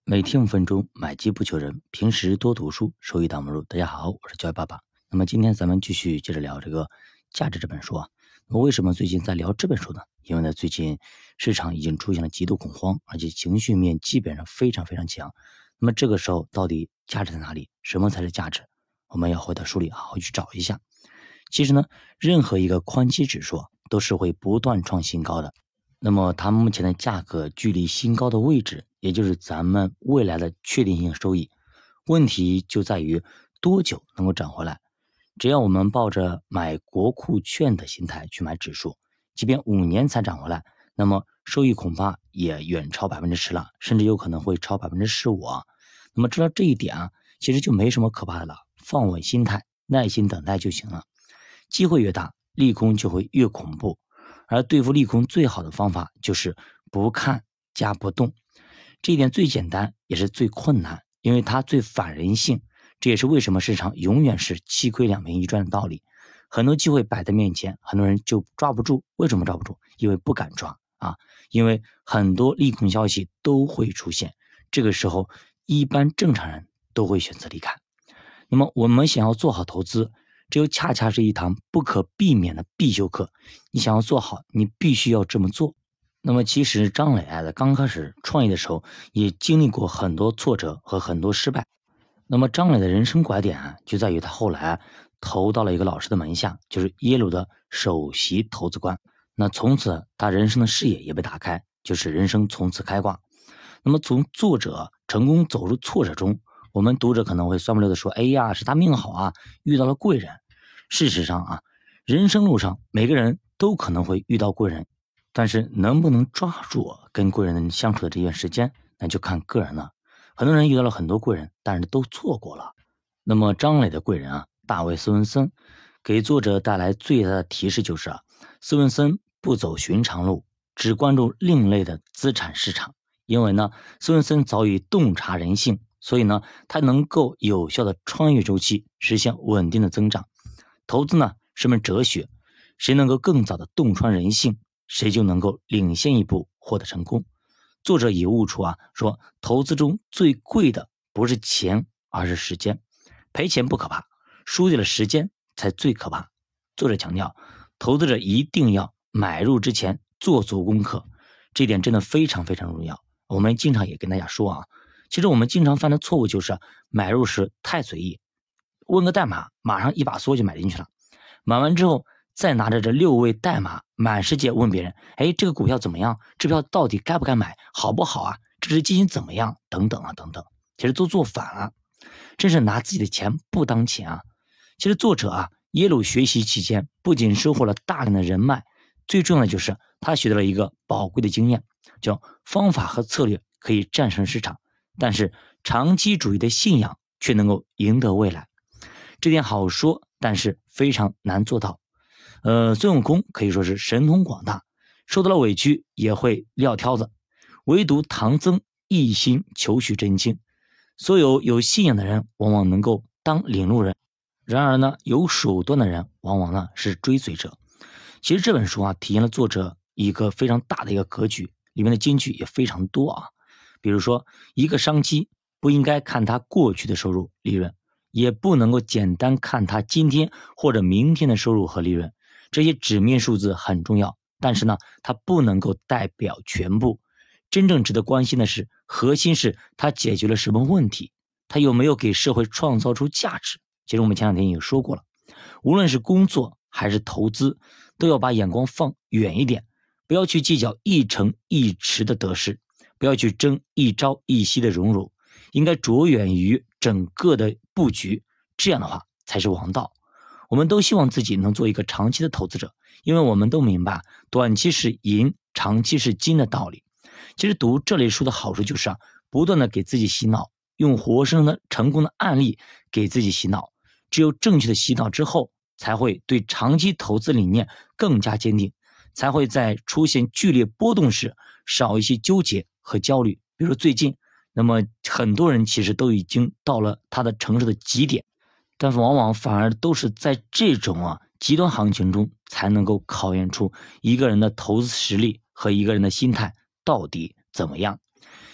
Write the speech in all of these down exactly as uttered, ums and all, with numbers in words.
每天五分钟，买基不求人。平时多读书，收益挡不住。大家好，我是教育爸爸。那么今天咱们继续接着聊这个价值这本书啊。那么为什么最近在聊这本书呢？因为呢，最近市场已经出现了极度恐慌，而且情绪面基本上非常非常强。那么这个时候到底价值在哪里？什么才是价值？我们要回到书里好好去找一下。其实呢，任何一个宽基指数都是会不断创新高的。那么它目前的价格距离新高的位置，也就是咱们未来的确定性收益。问题就在于多久能够涨回来。只要我们抱着买国库券的心态去买指数，即便五年才涨回来，那么收益恐怕也远超百分之十了，甚至有可能会超百分之十五啊。那么知道这一点啊，其实就没什么可怕的了，放稳心态，耐心等待就行了。机会越大，利空就会越恐怖。而对付利空最好的方法就是不看加不动，这一点最简单也是最困难，因为它最反人性。这也是为什么市场永远是七亏两平一赚的道理。很多机会摆在面前，很多人就抓不住。为什么抓不住？因为不敢抓啊！因为很多利空消息都会出现，这个时候一般正常人都会选择离开。那么我们想要做好投资，这又恰恰是一堂不可避免的必修课。你想要做好，你必须要这么做。那么其实张磊啊，在刚开始创业的时候，也经历过很多挫折和很多失败。那么张磊的人生拐点啊，就在于他后来投到了一个老师的门下，就是耶鲁的首席投资官。那从此他人生的视野也被打开，就是人生从此开挂。那么从作者成功走入挫折中，我们读者可能会酸不溜的说，哎呀，是他命好啊，遇到了贵人。事实上啊，人生路上每个人都可能会遇到贵人，但是能不能抓住跟贵人相处的这段时间，那就看个人了。很多人遇到了很多贵人，但是都错过了。那么张磊的贵人啊，大卫斯文森，给作者带来最大的提示就是啊，斯文森不走寻常路，只关注另类的资产市场。因为呢，斯文森早已洞察人性，所以呢，他能够有效的穿越周期，实现稳定的增长。投资呢是门哲学，谁能够更早的洞穿人性，谁就能够领先一步获得成功。作者也悟出啊，说投资中最贵的不是钱，而是时间。赔钱不可怕，输掉了时间才最可怕。作者强调，投资者一定要买入之前做足功课，这一点真的非常非常重要。我们经常也跟大家说啊，其实我们经常犯的错误就是买入时太随意，问个代码，马上一把梭就买进去了。买完之后，再拿着这六位代码满世界问别人，哎，这个股票怎么样？这票到底该不该买？好不好啊？这只基金怎么样？等等啊，等等，其实都做反了，真是拿自己的钱不当钱啊！其实作者啊，耶鲁学习期间不仅收获了大量的人脉，最重要的就是他学到了一个宝贵的经验，叫方法和策略可以战胜市场，但是长期主义的信仰却能够赢得未来。这点好说，但是非常难做到。呃，孙悟空可以说是神通广大，受到了委屈也会撂挑子，唯独唐僧一心求取真经。所有有信仰的人往往能够当领路人，然而呢，有手段的人往往呢是追随者。其实这本书啊，体现了作者一个非常大的一个格局，里面的金句也非常多啊。比如说，一个商机不应该看他过去的收入利润，也不能够简单看他今天或者明天的收入和利润。这些纸面数字很重要，但是呢，它不能够代表全部。真正值得关心的是，核心是它解决了什么问题，它有没有给社会创造出价值。其实我们前两天也说过了，无论是工作还是投资，都要把眼光放远一点，不要去计较一成一池的得失，不要去争一朝一夕的荣辱，应该着眼于整个的布局，这样的话才是王道。我们都希望自己能做一个长期的投资者，因为我们都明白短期是银，长期是金的道理。其实读这类书的好处就是啊，不断的给自己洗脑，用活生生的成功的案例给自己洗脑。只有正确的洗脑之后，才会对长期投资理念更加坚定，才会在出现剧烈波动时少一些纠结和焦虑。比如最近，那么很多人其实都已经到了他的承受的极点，但是往往反而都是在这种啊极端行情中才能够考验出一个人的投资实力和一个人的心态到底怎么样。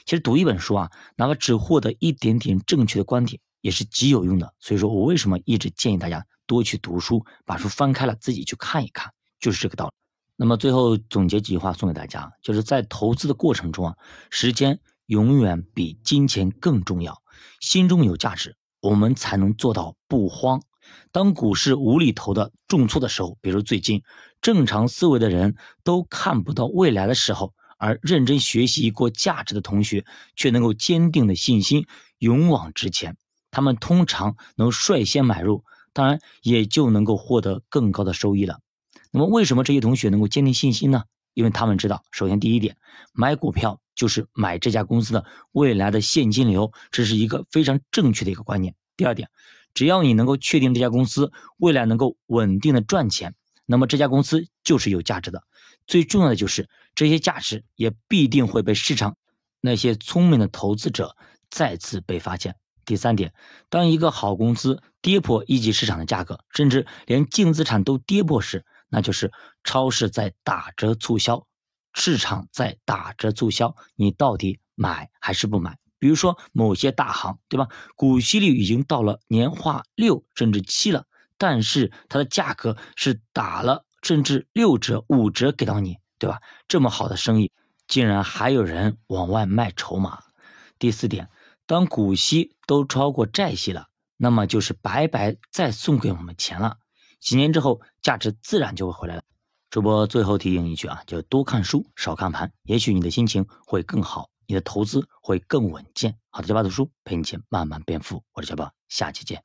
其实读一本书啊，哪怕只获得一点点正确的观点，也是极有用的。所以说我为什么一直建议大家多去读书，把书翻开了自己去看一看，就是这个道理。那么最后总结几句话送给大家，就是在投资的过程中啊，时间永远比金钱更重要。心中有价值，我们才能做到不慌。当股市无厘头的重挫的时候，比如最近正常思维的人都看不到未来的时候，而认真学习过价值的同学却能够坚定的信心勇往直前，他们通常能率先买入，当然也就能够获得更高的收益了。那么为什么这些同学能够坚定信心呢？因为他们知道，首先第一点，买股票就是买这家公司的未来的现金流，这是一个非常正确的一个观念。第二点，只要你能够确定这家公司未来能够稳定的赚钱，那么这家公司就是有价值的。最重要的就是这些价值也必定会被市场那些聪明的投资者再次被发现。第三点，当一个好公司跌破一级市场的价格，甚至连净资产都跌破时，那就是超市在打折促销，市场在打折促销，你到底买还是不买？比如说某些大行，对吧？股息率已经到了年化六甚至七了，但是它的价格是打了甚至六折、五折给到你，对吧？这么好的生意，竟然还有人往外卖筹码。第四点，当股息都超过债息了，那么就是白白再送给我们钱了。几年之后，价值自然就会回来了。主播最后提醒一句啊，就多看书，少看盘，也许你的心情会更好，你的投资会更稳健。好的，小爸读书陪你一起慢慢变富，我是小爸，下期见。